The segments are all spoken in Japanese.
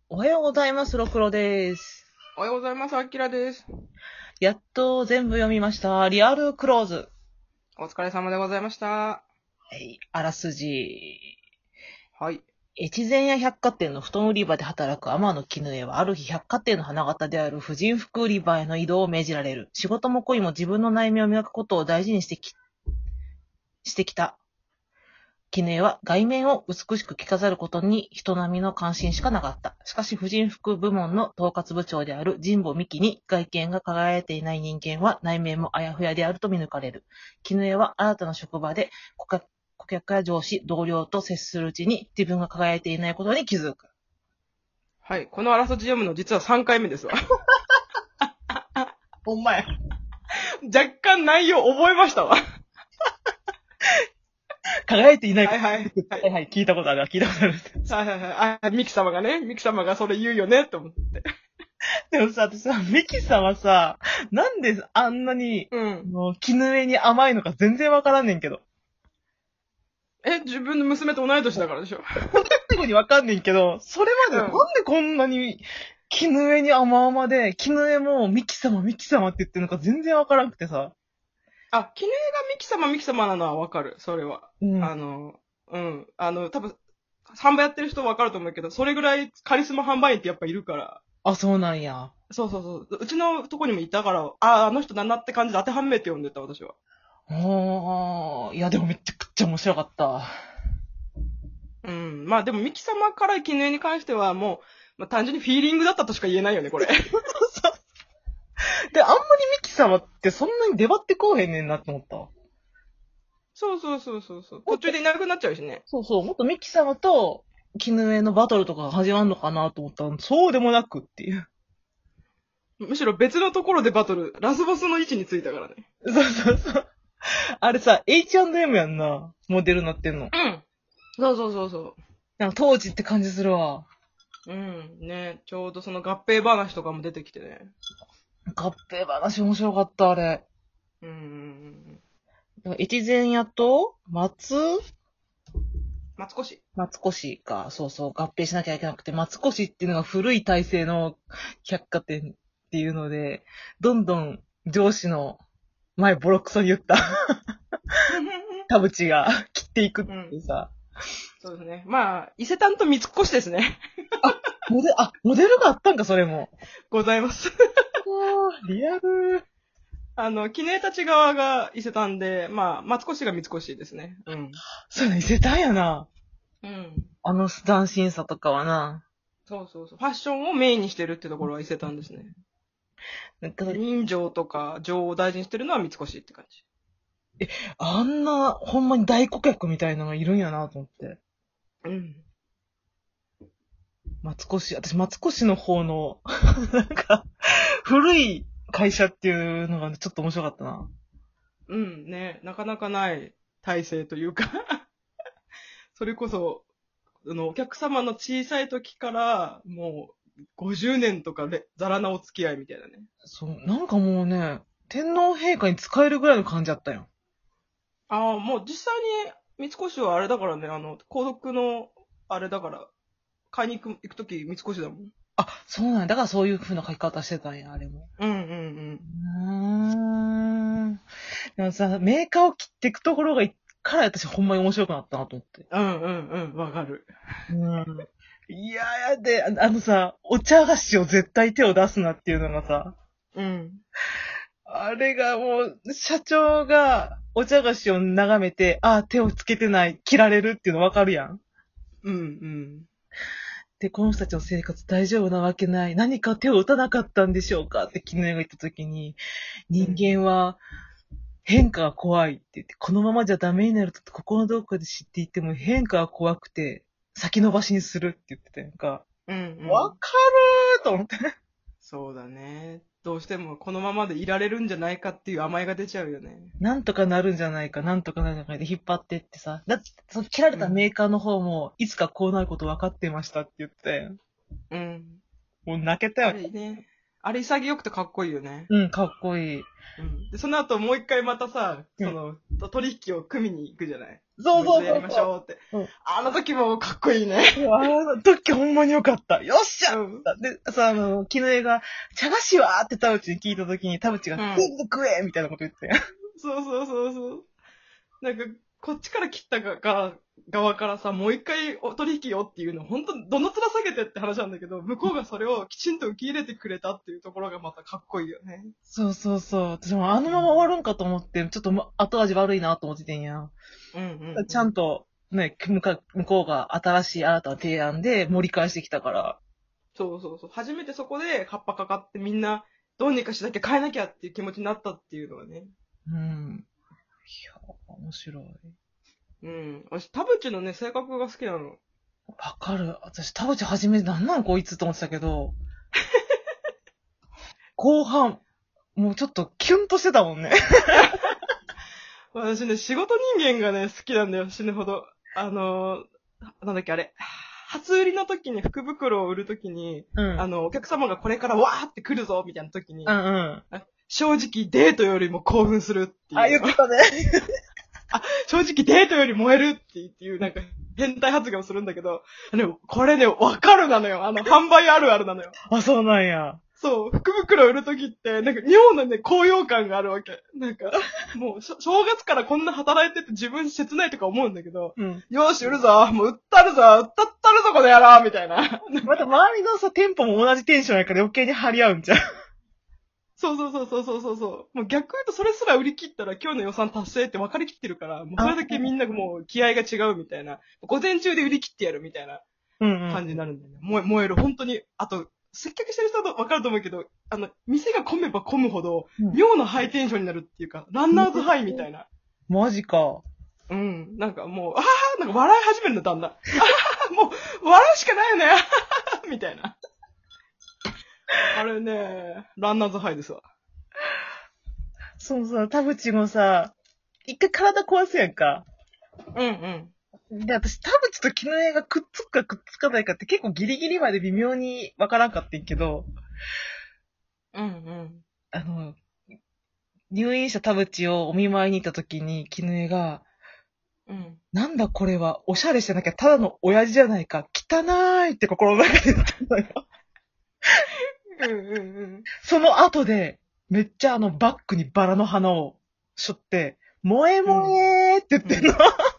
おはようございます。ろくろです。 おはようございます。あきらです。 やっと全部読みました。リアルクローズ。 お疲れ様でございました。 はい、あらすじ。 はい。 越前屋百貨店の布団売り場で働く天野絹枝はある日百貨店の花形である婦人服売り場への移動を命じられる。仕事も恋も自分の内面を磨くことを大事にしてきた。絹枝は外面を美しく着飾ることに人並みの関心しかなかった。しかし婦人服部門の統括部長である神保美希に外見が輝いていない人間は内面もあやふやであると見抜かれる。絹枝は新たな職場で顧客や上司、同僚と接するうちに自分が輝いていないことに気づく。 はい。このあらすじ読むの実は3回目ですわ。 ほんまや。 若干内容覚えましたわ。 輝いていない。 はいはい。 はいはい、聞いたことある。聞いたことある。 はいはいはい。あ、ミキ様がそれ言うよね、と思って。 でもさ、私さ、ミキさんはさ、なんであんなに、 うん。 絹枝に甘いのか全然わからんねんけど。 自分の娘と同い年だからでしょ。 すぐにわかんねんけど、それまでなんうん。 でこんなに、絹枝に甘々で、絹枝もミキ様って言ってるのか全然わからんくてさ。 あ、記念がミキ様なのはわかる。それは。 うん。 多分、販売やってる人わかると思うけど、それぐらいカリスマ販売員ってやっぱいるから。 あ、そうなんや。 そうそうそう。うちのとこにもいたから、あの人なんなって感じで当てはめって呼んでた、私は。 いやでもめちゃくちゃ面白かった。 うん。まあでも、ミキ様から記念に関してはもう、まあ単純にフィーリングだったとしか言えないよね、これ。 で、あんまりミキ様ってそんなに出張ってこうへんねんなって思ったわ。 そうそうそうそうそう。途中でいなくなっちゃうしね。 そうそう、もっとミキ様と絹枝のバトルとかが始まるのかなと思ったら、そうでもなくっていう。 むしろ別のところでバトル、ラスボスの位置についたからね。 そうそうそう。あれさ、H&M やんな。モデルになってんの。 うん。そうそうそうそなんか当時って感じするわ。 う。うん。ね。ちょうどその合併話とかも出てきてね。 合併話面白かった、あれ。 うん。 越前屋と松越。 松越か。そうそう、合併しなきゃいけなくて、松越っていうのが古い体制の百貨店っていうので、どんどん上司の前ボロクソに言った田淵が切っていくっていうさ。 そうですね。まあ、伊勢丹と三越ですね。 モデルがあったんか、それも。 ございます。 リアル。 記念たち側が伊勢丹で、まあ、松越が三越ですね。うん。 そうね、伊勢丹やな。 うん。 あの斬新さとかはな。 そうそうそう。ファッションをメインにしてるってところは伊勢丹ですね。 なんか、 人情とか情を大事にしてるのは三越って感じ。 あんな、ほんまに大顧客みたいなのがいるんやなと思って。 うん。 私、松越の方の、なんか、古い会社っていうのがちょっと面白かったな。 うんね。なかなかない体制というかそれこそ、お客様の小さい時から、もう、50年とかで、ざらなお付き合いみたいなね。 そう、なんかもうね、天皇陛下に使えるぐらいの感じだったよ。 ああ、もう実際に三越はあれだからね、皇族の、あれだから、買いに行くとき三越だもん。 あ、そうなんだ。だからそういう風な書き方してたんや、あれも。 うんうんでもさ、メーカーを切っていくところがから私ほんまに面白くなったなと思って。 うん。うんうんうん、わかる。 うん。いやーで、あのさ、お茶菓子を絶対手を出すなっていうのがさ、 うん。 あれがもう、社長がお茶菓子を眺めて、あ、手をつけてない、切られるっていうのわかるやん。 うんうん。 で、この人たちの生活大丈夫なわけない。何か手を打たなかったんでしょうかって絹枝が言った時に、人間は変化が怖いって言って、このままじゃダメになると心のどこかで知っていても変化が怖くて先延ばしにするって言ってたやんか。 うんうん。 わかるーと思って。 そうだね。どうしてもこのままでいられるんじゃないかっていう甘えが出ちゃうよね。 なんとかなるんじゃないか、なんとかなるんじゃないかで引っ張ってってさ。だって、その切られたメーカーの方も、いつかこうなること分かってましたって言ってたやん。 うん。 もう泣けたあよ。 れね。 あれ潔くてかっこいいよね。 うん、かっこいい。 で、その後もう一回またさ、取引を組みに行くじゃない。 そうそうそう。 やりましょうって。あの時もかっこいいね。 あの時ほんまによかった。よっしゃ、で、さ、絹江が、茶菓子はーって田淵に聞いた時に、田淵が、全部食えみたいなこと言って。 そう。なんか、こっちから切った側からさ、もう一回お取引よっていうの、本当どの面下げてって話なんだけど、向こうがそれをきちんと受け入れてくれたっていうところがまたかっこいいよね。 そう。私もあのまま終わるんかと思って、ちょっと後味悪いなと思っててんや。ちゃんと、ね、向こうが新しい新たな提案で盛り返してきたから。 そう。初めてそこでカッパかかってみんな、どうにかしなきゃ変えなきゃっていう気持ちになったっていうのはね。 いや、面白い。 私、田淵のね、性格が好きなの。 わかる。私、田淵初めなんなんこいつと思ってたけど、後半、もうちょっとキュンとしてたもんね。 私ね、仕事人間がね、好きなんだよ、死ぬほど。なんだっけ、あれ。初売りの時に、福袋を売る時に、お客様がこれからわーって来るぞ、みたいな時に、正直デートよりも興奮するっていう。 あ、言ってたね。 正直デートより燃えるっていう、なんか、変態発言をするんだけど、これね、わかるなのよ。販売あるあるなのよ。 あ、そうなんや。 そう、福袋売るときって、なんか妙なね、高揚感があるわけ。なんか、もう、正月からこんな働いてて自分切ないとか思うんだけど、よーし、売るぞ、もう売ったるぞ、この野郎みたいな。 また周りのさ、店舗も同じテンションやから余計に張り合うんじゃん。 そう。もう逆言うとそれすら売り切ったら今日の予算達成って分かりきってるから、もうそれだけみんなもう気合が違うみたいな。午前中で売り切ってやるみたいな感じになるんだよね。燃える、本当に。あと、接客してる人は分かると思うけど、店が混めば混むほど、妙なハイテンションになるっていうか、ランナーズハイみたいな。 マジか。 なんかもう、なんか笑い始めるのだんだん。もう、笑うしかないよねみたいな。あれね、ランナーズハイですわ。 そうさ、田淵もさ、一回体壊すやんか。で、私、田淵と絹江がくっつくかくっつかないかって結構ギリギリまで微妙にわからんかってんけど、入院した田淵をお見舞いに行った時に絹江が、なんだこれは、おしゃれしてなきゃただの親父じゃないか、汚いって心の中で言ったのよ。その後で、めっちゃバッグにバラの花を背負って、萌え萌えーって言ってんの。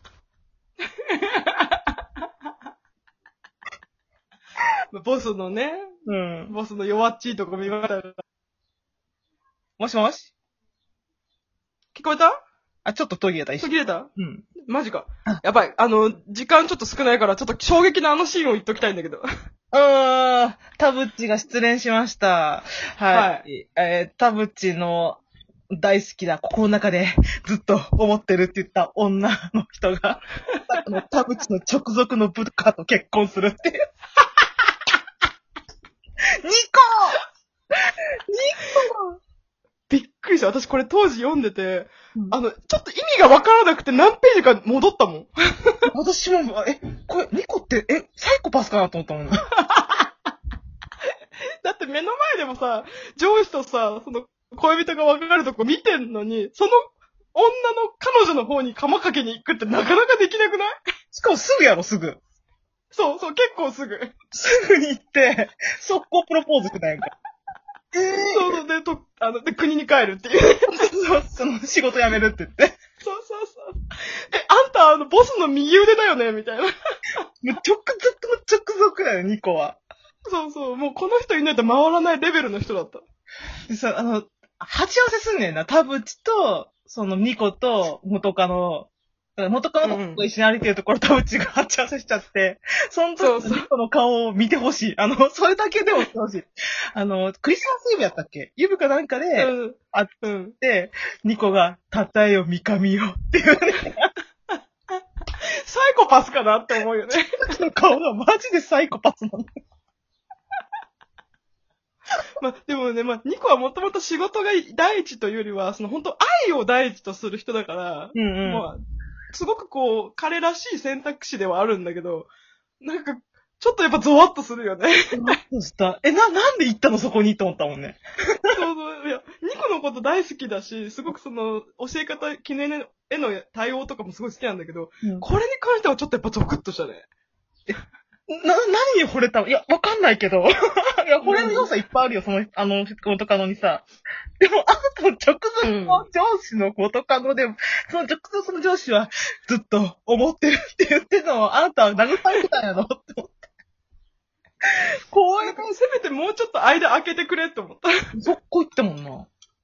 ボスのね、ボスの弱っちいとこ見ましたら。 もしもし聞こえた？ あ、ちょっと途切れた途切れた？マジか。やばい。時間ちょっと少ないから、ちょっと衝撃のシーンを言っときたいんだけど。 田淵が失恋しました。はい。田淵の大好きな心の中でずっと思ってるって言った女の人が、田淵の直属の部下と結婚するっていう。ニコびっくりした。私これ当時読んでて、ちょっと意味がわからなくて何ページか戻ったもん。 私も、これ、ニコって、サイコパスかなと思ったもん。 だって目の前でもさ、上司とさ、その恋人が別れるとこ見てんのに、その女の彼女の方に釜かけに行くってなかなかできなくない？ しかもすぐやろ、すぐ。 そう、結構すぐ。 すぐに行って、速攻プロポーズしてたやんか。 そう、で、国に帰るっていう。 その仕事辞めるって言って。 そう。あんた、ボスの右腕だよねみたいな。もう直属だよ、ニコは。 そう、もうこの人いないと回らないレベルの人だった。 でさ、鉢合わせすんねんな。田淵と、そのニコと元カノのと一緒に歩いてるところ、田淵が鉢合わせしちゃって、その時のニコの顔を見てほしい。それだけでも見てほしい。クリスマスイブやったっけ？イブかなんかで、会って、ニコが、たたえよ、三上よっていうね。 サイコパスかなって思うよね。 その顔がマジでサイコパスなの。 でもね、ニコはもともと仕事が第一というよりは、本当愛を第一とする人だから、すごく彼らしい選択肢ではあるんだけど、なんか、 ちょっとやっぱゾワッとするよね。 そうした。なんで行ったのそこにと思ったもんね。 そうそう。いや、ニコのこと大好きだし、すごくその、教え方、記念への対応とかもすごい好きなんだけど、これに関してはちょっとやっぱゾクッとしたね。 何に惚れたの？いや、わかんないけど。いや、惚れる要素いっぱいあるよ、その、元カノにさ。でも、あなたの直属の上司の元カノでも、その直属の上司はずっと思ってるって言ってたのを、あなたは慰めてたんやろって思って。怖い。 せめてもうちょっと間開けてくれって思った。 そこ行ったもんな。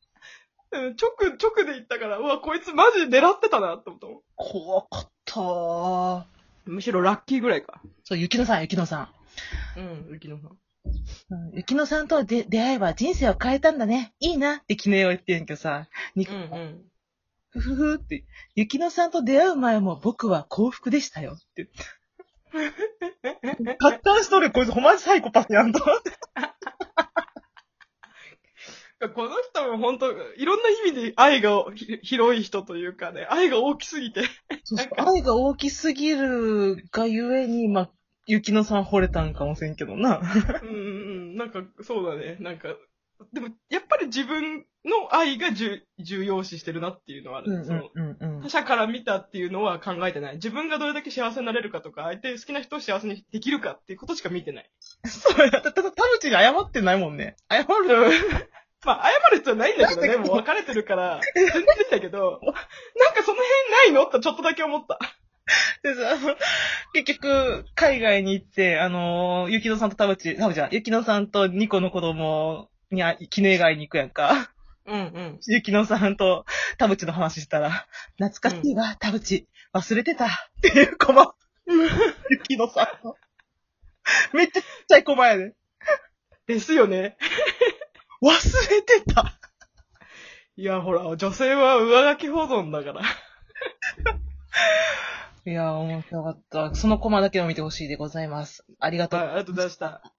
直で言ったから、うわ、こいつマジで狙ってたなって思ったもん。 怖かったー。 むしろラッキーぐらいか。 そう、雪乃さん。 雪乃さん。 雪乃さんと出会えば人生を変えたんだね。いいなって昨日言ってんけどさ。ふふふって、雪乃さんと出会う前も僕は幸福でしたよって言って。達観しとるこいつほんまにサイコパスやんと思って。 この人も本当いろんな意味で愛が広い人というかね、愛が大きすぎて。 そうそう愛が大きすぎるがゆえに、雪乃さん惚れたんかもしれんけどな。 なんか、そうだね。なんか、でも、やっぱり自分の愛が重要視してるなっていうのはある。他者から見たっていうのは考えてない。自分がどれだけ幸せになれるかとか、相手好きな人を幸せにできるかっていうことしか見てない。 そうや。ただ、田淵に謝ってないもんね。謝る。 まあ、謝る必要ないんだけどね。もう別れてるから、全然だけど、なんかその辺ないのってちょっとだけ思った。 でさ、結局、海外に行って、雪乃さんと雪乃さんとニコの子供に絹江街に行くやんか。雪乃さんと田淵の話したら、懐かしいわ、田淵。忘れてた。っていうコマ。雪乃さんの。めっちゃちっちゃいコマやで。 ですよね。 忘れてた。 いや、ほら、女性は上書き保存だから。 いや、面白かった。そのコマだけを見てほしいでございます。ありがとう。 はい、ありがとうございました。